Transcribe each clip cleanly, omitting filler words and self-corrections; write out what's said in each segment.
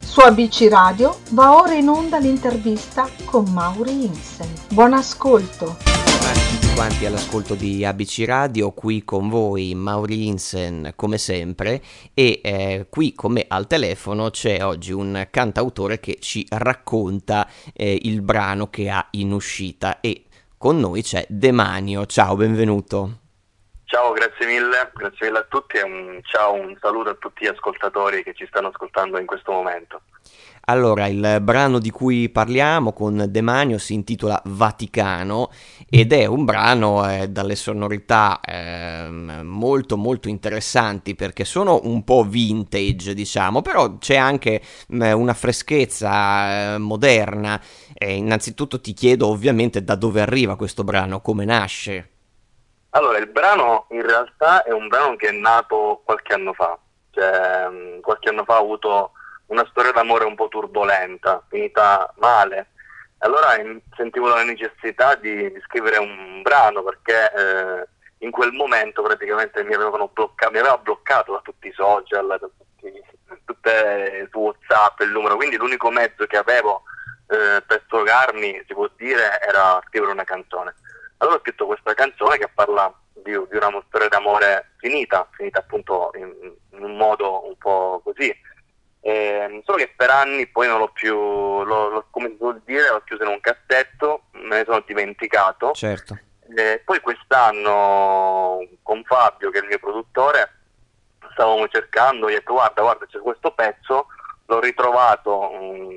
Su ABC Radio va ora in onda l'intervista con Mauri Insen. Buon ascolto. Tutti quanti all'ascolto di ABC Radio, qui con voi Mauri Insen come sempre e qui con me al telefono c'è oggi un cantautore che ci racconta il brano che ha in uscita e con noi c'è Demanio. Ciao, benvenuto. Ciao, grazie mille a tutti e un saluto a tutti gli ascoltatori che ci stanno ascoltando in questo momento. Allora, il brano di cui parliamo con Demanio si intitola Vaticano ed è un brano dalle sonorità molto molto interessanti perché sono un po' vintage, diciamo, però c'è anche una freschezza moderna. Innanzitutto ti chiedo ovviamente da dove arriva questo brano, come nasce. Allora, il brano in realtà è un brano che è nato qualche anno fa, cioè qualche anno fa ho avuto una storia d'amore un po' turbolenta, finita male. Allora sentivo la necessità di scrivere un brano perché in quel momento praticamente mi aveva bloccato da tutti i social, tutte su WhatsApp il numero, quindi l'unico mezzo che avevo per sfogarmi, si può dire, era scrivere una canzone. Allora ho scritto questa canzone che parla di una storia d'amore finita appunto in un modo un po' così. Solo che per anni poi non l'ho più, come si può dire, l'ho chiuso in un cassetto, me ne sono dimenticato. Certo. Poi quest'anno con Fabio, che è il mio produttore, stavamo cercando, gli ho detto guarda c'è questo pezzo, l'ho ritrovato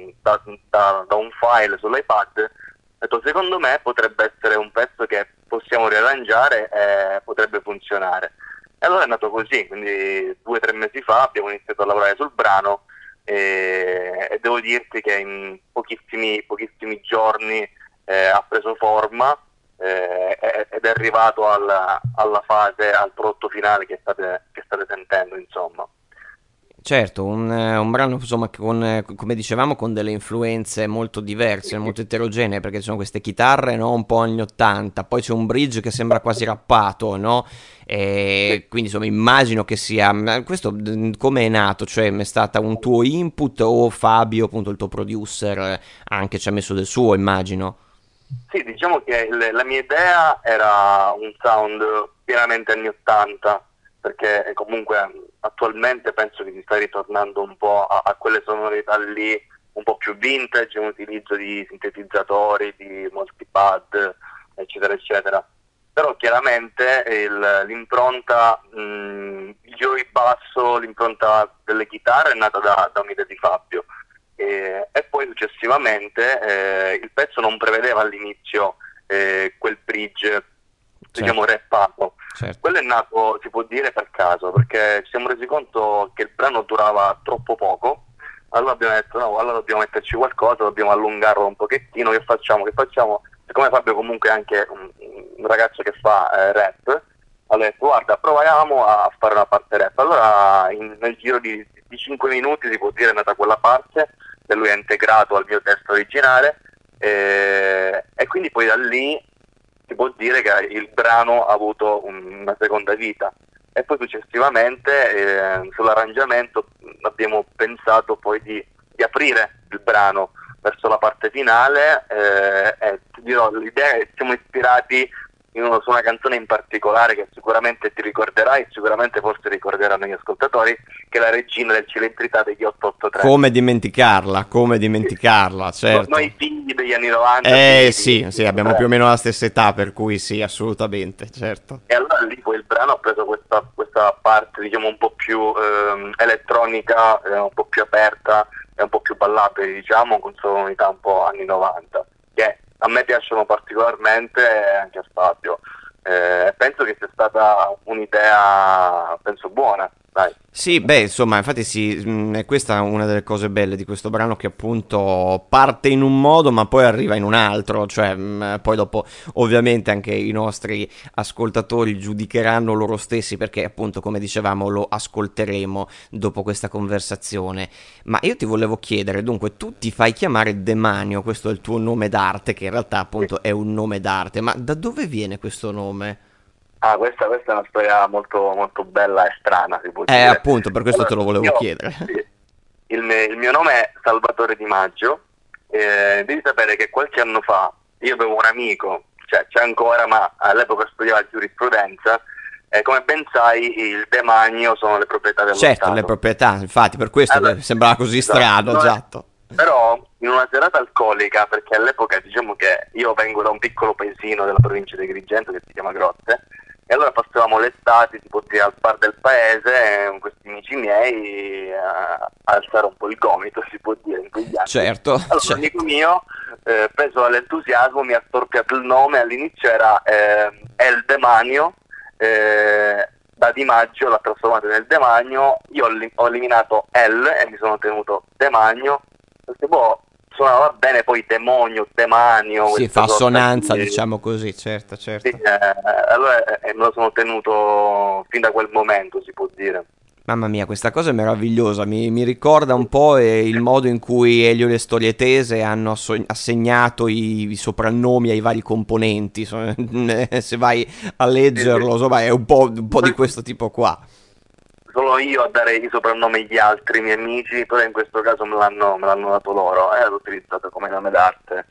da un file sull'iPad. Ho detto, secondo me potrebbe essere un pezzo che possiamo riarrangiare e potrebbe funzionare. E allora è nato così, quindi 2 o 3 mesi fa abbiamo iniziato a lavorare sul brano e devo dirti che in pochissimi giorni ha preso forma ed è arrivato alla fase, al prodotto finale che state sentendo, insomma. Certo, un brano insomma come dicevamo con delle influenze molto diverse, molto eterogenee perché ci sono queste chitarre, no, un po' anni 80, poi c'è un bridge che sembra quasi rappato, no? E quindi insomma immagino che sia questo. Come è nato? Cioè è stata un tuo input o Fabio, appunto il tuo producer, anche ci ha messo del suo, immagino? Sì, diciamo che la mia idea era un sound pienamente anni 80, perché comunque attualmente penso che si sta ritornando un po' a quelle sonorità lì, un po' più vintage, un utilizzo di sintetizzatori, di multipad, eccetera, eccetera. Però chiaramente l'impronta, il giro di basso, l'impronta delle chitarre è nata da un'idea di Fabio. E poi successivamente il pezzo non prevedeva all'inizio quel bridge, diciamo, rappato. Certo. Quello è nato, si può dire, per caso, perché ci siamo resi conto che il brano durava troppo poco. Allora abbiamo detto no, allora dobbiamo metterci qualcosa, dobbiamo allungarlo un pochettino. Che facciamo? Siccome Fabio comunque è anche un ragazzo che fa rap, ha detto guarda, proviamo a fare una parte rap. Allora nel giro di 5 minuti, si può dire, è nata quella parte che lui ha integrato al mio testo originale e quindi poi da lì si può dire che il brano ha avuto una seconda vita. E poi successivamente sull'arrangiamento abbiamo pensato poi di aprire il brano verso la parte finale e ti dirò, l'idea è che siamo ispirati su una canzone in particolare che sicuramente ti ricorderai e sicuramente forse ricorderanno gli ascoltatori, che è la regina del Cilentrità degli 883. Come dimenticarla, certo. Noi figli degli anni 90. Sì, abbiamo più o meno la stessa età, per cui sì, assolutamente, certo. E allora lì poi il brano ha preso questa parte, diciamo, un po' più elettronica, un po' più aperta e un po' più ballabile, diciamo, con sonorità un po' anni 90, che a me piacciono particolarmente e anche a Fabio. Penso che sia stata un'idea, penso, buona, dai. Sì, beh, insomma, infatti sì, è questa una delle cose belle di questo brano, che appunto parte in un modo ma poi arriva in un altro, cioè poi dopo ovviamente anche i nostri ascoltatori giudicheranno loro stessi, perché appunto, come dicevamo, lo ascolteremo dopo questa conversazione. Ma io ti volevo chiedere, dunque, tu ti fai chiamare Demanio, questo è il tuo nome d'arte, che in realtà appunto è un nome d'arte, ma da dove viene questo nome? Ah, questa è una storia molto, molto bella e strana, si può dire. Appunto, per questo te lo volevo chiedere. Sì, il mio nome è Salvatore Di Maggio. Devi sapere che qualche anno fa io avevo un amico, cioè c'è ancora, ma all'epoca studiava giurisprudenza, e come ben sai il demanio sono le proprietà dello Certo, Stato. le proprietà, infatti, per questo Allora, che sembrava così esatto, strano, esatto. però in una serata alcolica, perché all'epoca diciamo che io vengo da un piccolo paesino della provincia di Agrigento che si chiama Grotte, e allora passavamo l'estate tipo al bar del paese con questi amici miei a alzare un po' il gomito, si può dire, in quegli anni. Certo, Allora un amico certo. mio, preso dall'entusiasmo, mi ha storpiato il nome. All'inizio era El Demanio, da Di Maggio l'ha trasformato nel Demanio. Io ho eliminato El e mi sono tenuto Demanio, perché suonava bene poi demonio, demanio, Sì, questa fa sorta assonanza, di... diciamo così, certo, Sì, certo. allora me lo sono tenuto fin da quel momento, si può dire. Mamma mia, questa cosa è meravigliosa, mi ricorda un po' il modo in cui Elio e le storie tese hanno assegnato i soprannomi ai vari componenti. Se vai a Sì, sì. leggerlo, insomma, è un po' di questo tipo qua. Sono io a dare i soprannomi agli altri miei amici, però in questo caso me l'hanno dato loro, e l'ho utilizzato come nome d'arte.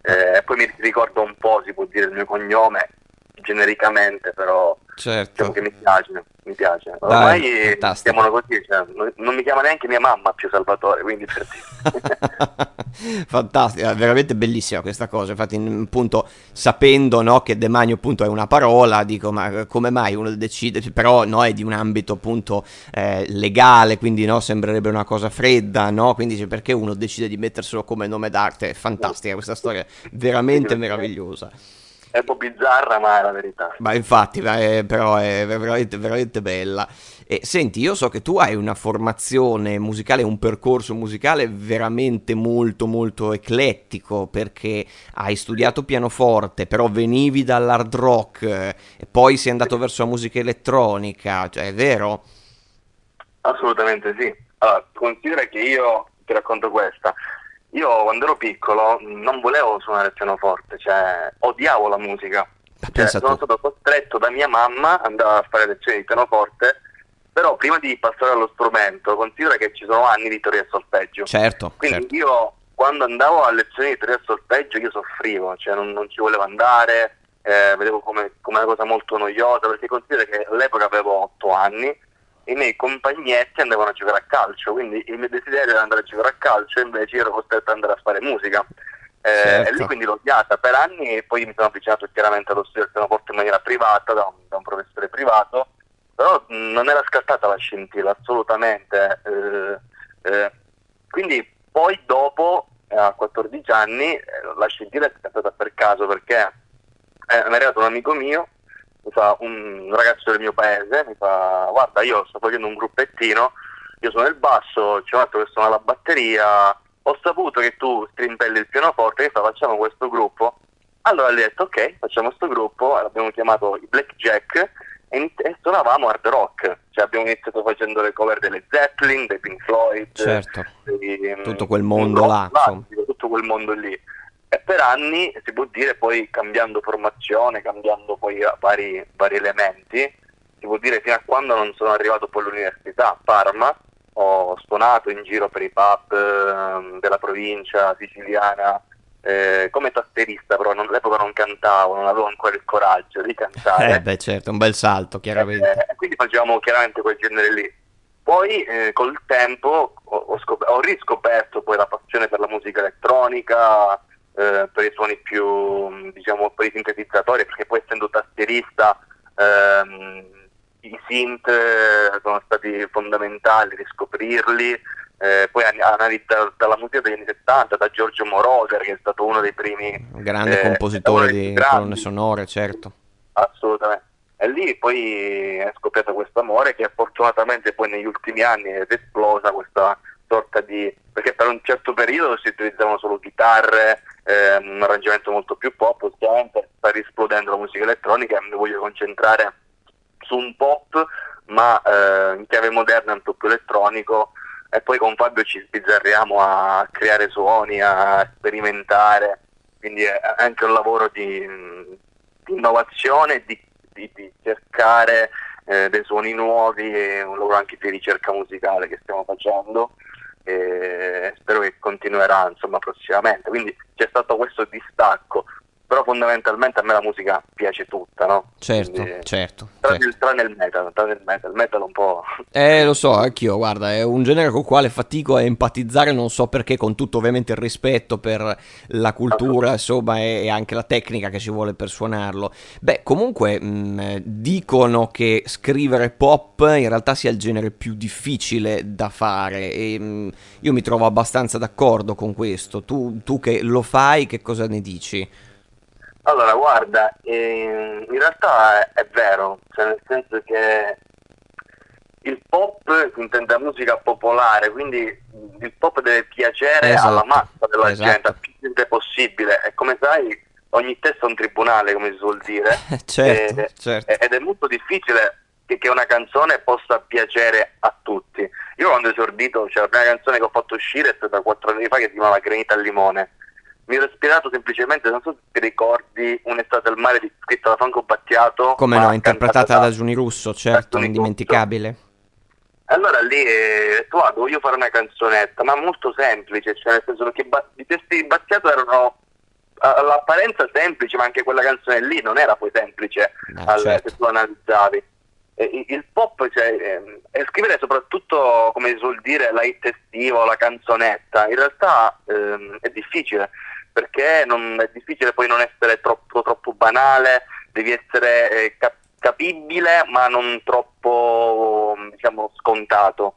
E poi mi ricordo un po', si può dire, il mio cognome, genericamente, però diciamo che Certo. mi piace. Dai, Ormai mi fantastico. chiamano così, cioè, non mi chiama neanche mia mamma più Salvatore, quindi per dire. Fantastica, è veramente bellissima questa cosa. Infatti, appunto, sapendo, no, che demanio appunto è una parola, dico, ma come mai uno decide? Però no, è di un ambito appunto legale, quindi no, sembrerebbe una cosa fredda, no? Quindi dice, perché uno decide di metterselo come nome d'arte? È fantastica questa storia, Sì, veramente perché meravigliosa. è un po' bizzarra, ma è la verità. Ma infatti, però è veramente, veramente bella. E senti, io so che tu hai una formazione musicale, un percorso musicale veramente molto, molto eclettico, perché hai Sì, studiato pianoforte, però venivi dall'hard rock, e poi sei sì. andato verso la musica elettronica, cioè è vero? Assolutamente sì. Allora, considera che io ti racconto questa. Io quando ero piccolo non volevo suonare il pianoforte, cioè odiavo la musica. Ma Cioè, pensa sono tu. stato costretto da mia mamma ad andare a fare lezioni di pianoforte, però prima di passare allo strumento, considera che ci sono anni di teoria e solfeggio. Certo, Quindi certo. io quando andavo a lezioni di teoria e solfeggio io soffrivo, cioè non ci volevo andare, vedevo come una cosa molto noiosa, perché considera che all'epoca avevo 8 anni, i miei compagnetti andavano a giocare a calcio, quindi il mio desiderio era andare a giocare a calcio, invece io ero costretto ad andare a fare musica. E lì Certo. quindi l'ho odiata per anni, e poi mi sono avvicinato chiaramente allo studio del pianoforte in maniera privata, da un professore privato, però non era scattata la scintilla, assolutamente. Quindi poi dopo, a 14 anni, la scintilla è scattata per caso, perché mi è arrivato un amico mio, un ragazzo del mio paese, mi fa: guarda, io sto facendo un gruppettino, io sono il basso, c'è un altro che suona la batteria, ho saputo che tu strimpelli il pianoforte, mi fa: facciamo questo gruppo. Allora gli ho detto ok, facciamo questo gruppo, l'abbiamo chiamato i Blackjack, e suonavamo hard rock, cioè abbiamo iniziato facendo le cover delle Zeppelin, dei Pink Floyd, Certo. di Tutto quel un mondo rock là, insomma. classico, tutto quel mondo lì. E per anni, si può dire, poi cambiando formazione, cambiando poi vari elementi, si può dire fino a quando non sono arrivato poi all'università a Parma, ho suonato in giro per i pub della provincia siciliana, come tastierista, però all'epoca non cantavo, non avevo ancora il coraggio di cantare, Beh, certo, un bel salto, chiaramente. quindi facevamo chiaramente quel genere lì. Poi col tempo ho riscoperto poi la passione per la musica elettronica, per i suoni più, diciamo, per i sintetizzatori, perché poi essendo tastierista i synth sono stati fondamentali riscoprirli. Poi analizzare dalla musica degli anni 70, da Giorgio Moroder, che è stato uno dei primi, Un grande uno compositore dei più di colonne grandi, sonore, certo. assolutamente. E lì poi è scoppiato questo amore che fortunatamente poi negli ultimi anni è esplosa questa sorta di... perché per un certo periodo si utilizzavano solo chitarre, un arrangiamento molto più pop, ultimamente sta risplodendo la musica elettronica e mi voglio concentrare su un pop, ma in chiave moderna, un po' più elettronico, e poi con Fabio ci sbizzarriamo a creare suoni, a sperimentare, quindi è anche un lavoro di innovazione, di cercare dei suoni nuovi, è un lavoro anche di ricerca musicale che stiamo facendo, e spero che continuerà insomma prossimamente, quindi c'è stato questo distacco, però fondamentalmente a me la musica piace tutta, no? Certo, Quindi, certo, tranne certo. il metal un po'. Lo so, anch'io, guarda, è un genere con il quale fatico a empatizzare, non so perché, con tutto ovviamente il rispetto per la cultura, insomma, e anche la tecnica che ci vuole per suonarlo. Beh, comunque, dicono che scrivere pop in realtà sia il genere più difficile da fare e io mi trovo abbastanza d'accordo con questo. Tu che lo fai, che cosa ne dici? Allora, guarda, in realtà è vero, cioè nel senso che il pop si intende musica popolare, quindi il pop deve piacere alla Esatto, massa della gente, esatto. al più gente possibile. E come sai, ogni testa è un tribunale, come si suol dire, Certo, certo. ed è molto difficile che una canzone possa piacere a tutti. Io quando ho esordito, cioè la prima canzone che ho fatto uscire è stata 4 anni fa, che si chiamava Granita al limone. Mi ero ispirato semplicemente, non so se ti ricordi, Un'estate al mare scritta da Franco Battiato, Come no, ma cantata interpretata da Giuni Russo, da certo, Tony Russo. indimenticabile. Allora lì ho detto, voglio fare una canzonetta, ma molto semplice, cioè nel senso che i testi di Battiato erano all'apparenza semplici, ma anche quella canzone lì non era poi semplice Certo. se tu analizzavi. Il pop, cioè, scrivere soprattutto, come si suol dire, la hit estiva o la canzonetta, in realtà è difficile, perché è difficile poi non essere troppo banale, devi essere capibile ma non troppo, diciamo, scontato.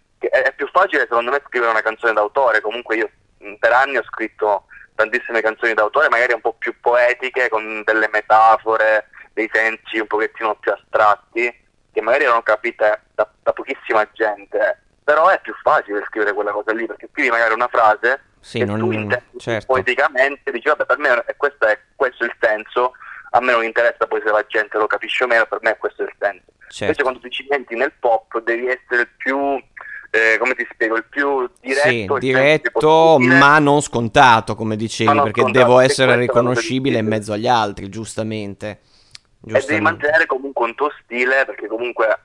È più facile secondo me scrivere una canzone d'autore. Comunque io per anni ho scritto tantissime canzoni d'autore, magari un po' più poetiche, con delle metafore, dei sensi un pochettino più astratti, che magari erano capite da pochissima gente, però è più facile scrivere quella cosa lì, perché scrivi magari una frase Sì, che tu non... intendi certo, poeticamente, dici vabbè, per me questo è il senso, a me non interessa poi se la gente lo capisce o meno, per me questo è il senso. Invece certo. quando ti cimenti nel pop devi essere il più, come ti spiego, il più Sì, diretto e semplice diretto, possibile, ma non scontato, come ma dicevi, non perché devo scontato, e essere questa è la cosa riconoscibile in difficile. mezzo agli altri, giustamente. E devi Giustamente. mantenere comunque un tuo stile, perché comunque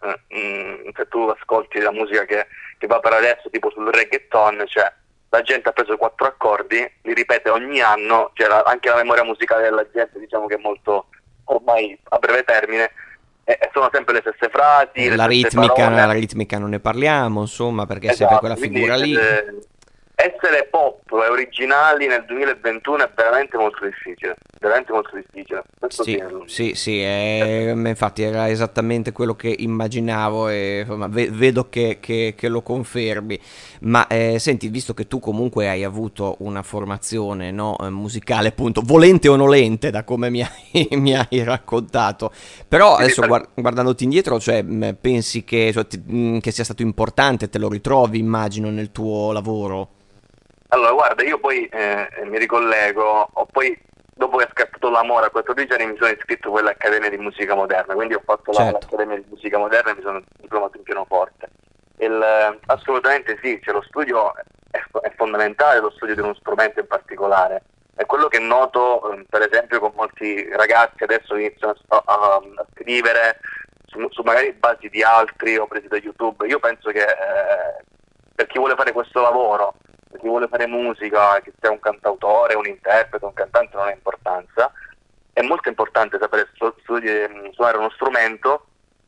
se tu ascolti la musica che va per adesso, tipo sul reggaeton, cioè la gente ha preso 4 accordi, li ripete ogni anno, cioè anche la memoria musicale della gente diciamo che è molto ormai a breve termine, e sono sempre le stesse frasi, le stesse La parole. ritmica non ne parliamo, insomma, perché è sempre quella Esatto, quindi figura lì. essere pop e originali nel 2021 è veramente molto difficile, questo sì. Sì, sì, sì, infatti era esattamente quello che immaginavo e insomma, vedo che lo confermi. Ma senti, visto che tu comunque hai avuto una formazione, no, musicale, appunto, volente o nolente, da come mi hai raccontato, però Sì, sì, adesso guardandoti indietro, cioè, pensi che sia stato importante, te lo ritrovi, immagino, nel tuo lavoro? Allora, guarda, io poi mi ricollego, dopo che è scattato l'amore a 14 anni mi sono iscritto a quell'Accademia di Musica Moderna, quindi ho fatto Certo, l'Accademia di Musica Moderna e mi sono diplomato in pianoforte. Assolutamente sì, cioè lo studio è fondamentale, lo studio di uno strumento in particolare. È quello che noto, per esempio, con molti ragazzi adesso che iniziano a scrivere su magari basi di altri o presi da YouTube. Io penso che per chi vuole fare questo lavoro, per chi vuole fare musica, che sia un cantautore, un interprete, un cantante, non ha importanza. È molto importante sapere suonare uno strumento,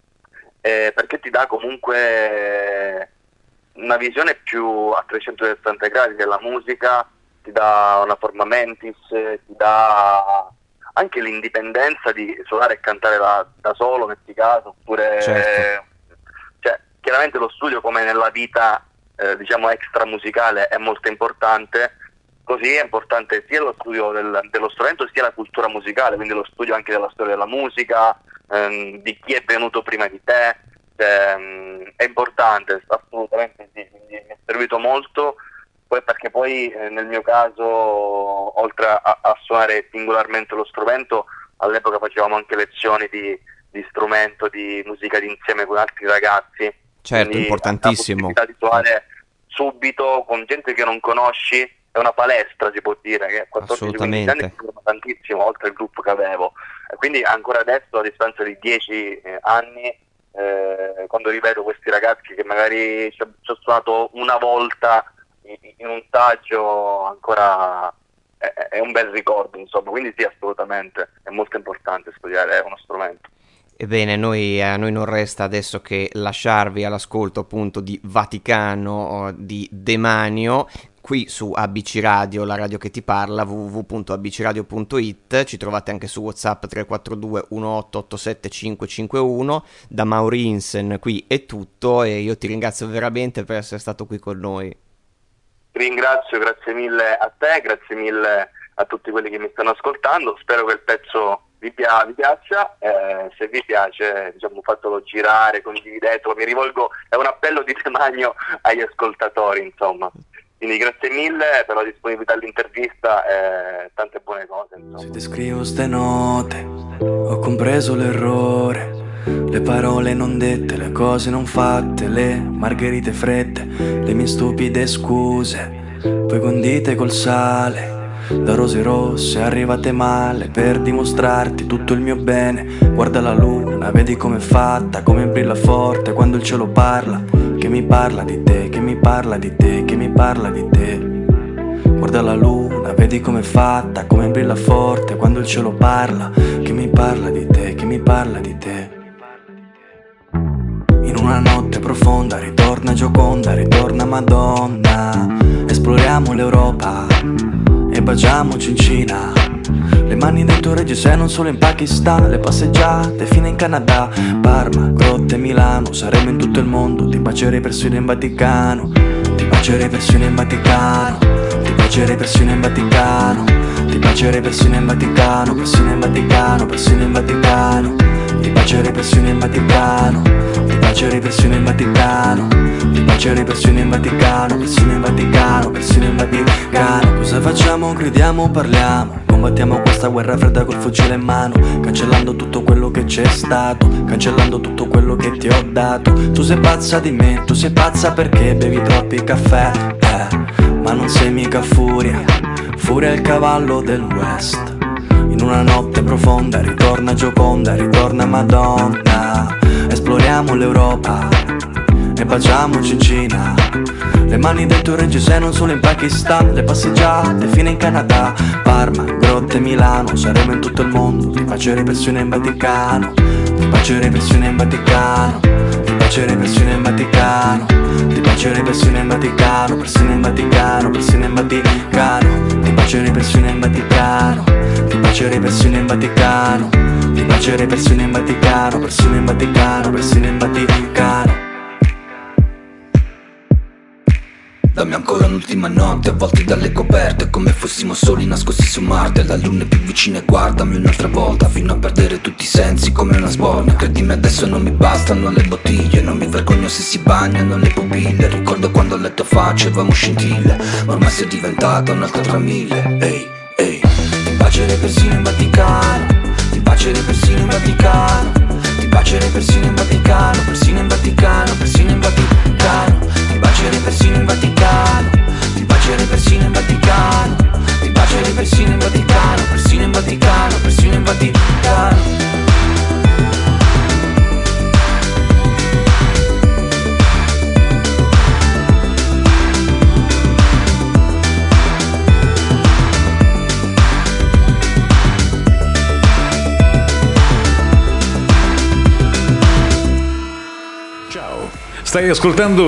perché ti dà comunque una visione più a 360 gradi della musica, ti dà una forma mentis, ti dà anche l'indipendenza di suonare e cantare da solo, metti caso, certo. oppure cioè, chiaramente lo studio, come nella vita diciamo extra musicale, è molto importante. Così è importante sia lo studio dello strumento sia la cultura musicale, quindi lo studio anche della storia della musica, di chi è venuto prima di te, è importante, assolutamente sì, quindi mi è servito molto, poi perché poi nel mio caso, oltre a suonare singolarmente lo strumento, all'epoca facevamo anche lezioni di strumento, di musica d'insieme con altri ragazzi, Certo, quindi la importantissimo. possibilità di suonare subito con gente che non conosci è una palestra, si può dire, che a 14-15 anni Assolutamente. mi forma tantissimo, oltre al gruppo che avevo. E quindi ancora adesso, a distanza di 10 anni, quando rivedo questi ragazzi che magari ci ho suonato una volta in un saggio ancora è un bel ricordo, insomma, quindi sì, assolutamente, è molto importante studiare uno strumento. Ebbene, a noi non resta adesso che lasciarvi all'ascolto appunto di Vaticano di Demanio, qui su ABC Radio, la radio che ti parla, www.abcradio.it, ci trovate anche su WhatsApp 342 1887 551, da Mauri Insen qui è tutto e io ti ringrazio veramente per essere stato qui con noi. Ti ringrazio, grazie mille a te, grazie mille a tutti quelli che mi stanno ascoltando, spero che il pezzo vi piaccia, se vi piace diciamo fatelo girare, condividetelo, mi rivolgo, è un appello di Demanio agli ascoltatori, insomma. Quindi grazie mille per la disponibilità all'intervista e tante buone cose, insomma. Se ti scrivo ste note, ho compreso l'errore, le parole non dette, le cose non fatte, le margherite fredde, le mie stupide scuse, poi condite col sale, da rose rosse arrivate male, per dimostrarti tutto il mio bene. Guarda la luna, vedi com'è fatta, come brilla forte quando il cielo parla, che mi parla di te, che mi parla di te, che mi parla di te. Guarda la luna, vedi com'è fatta, come brilla forte quando il cielo parla, che mi parla di te, che mi parla di te. In una notte profonda ritorna Gioconda, ritorna Madonna, esploriamo l'Europa e baciamoci in Cina. Le mani dentro reggiseno non solo in Pakistan, le passeggiate fino in Canada, Parma, grotte, Milano, saremo in tutto il mondo, ti bacerei persino in Vaticano, ti bacerei persino in Vaticano, ti bacerei persino in Vaticano, ti bacerei persino in Vaticano, persino in Vaticano, persino in Vaticano, ti bacerei persino in Vaticano, ti bacerei persino in Vaticano, ti bacerei persino in Vaticano, persino in Vaticano, persino in Vaticano. Cosa facciamo? Gridiamo, parliamo, combattiamo questa guerra fredda col fucile in mano, cancellando tutto quello che c'è stato, cancellando tutto quello che ti ho dato. Tu sei pazza di me, tu sei pazza perché bevi troppi caffè, ma non sei mica Furia, Furia è il cavallo del West. In una notte profonda ritorna Gioconda, ritorna Madonna, esploriamo l'Europa e baciamoci in Cina. Le mani dentro reggiseno non solo in Pakistan, le passeggiate fino in Canada, Parma, grotte, Milano, saremo in tutto il mondo, ti bacerei persino in Vaticano, ti bacerei persino in Vaticano, ti bacerei persino in Vaticano, ti bacerei persino in Vaticano, persino in Vaticano, persino in Vaticano, ti bacerei persino in Vaticano, ti bacerei persino in Vaticano, ti bacerei persino in Vaticano, persino in Vaticano, persino in Vaticano. Dammi ancora un'ultima notte, avvolti dalle coperte, come fossimo soli nascosti su Marte. La luna è più vicina e guardami un'altra volta, fino a perdere tutti i sensi come una sbornia. Credimi adesso non mi bastano le bottiglie, non mi vergogno se si bagnano le pupille. Ricordo quando a letto facevamo scintille, ma ormai sei diventata un'altra tra mille. Ehi, ehi, ti bacerei persino in Vaticano, ti bacerei persino in Vaticano, ti bacerei persino in Vaticano, persino in Vaticano, persino in Vaticano, ti bacerei persino in Vaticano, ti bacerei persino in Vaticano, ti bacerei persino in Vaticano, persino in Vaticano, persino in Vaticano. Stai ascoltando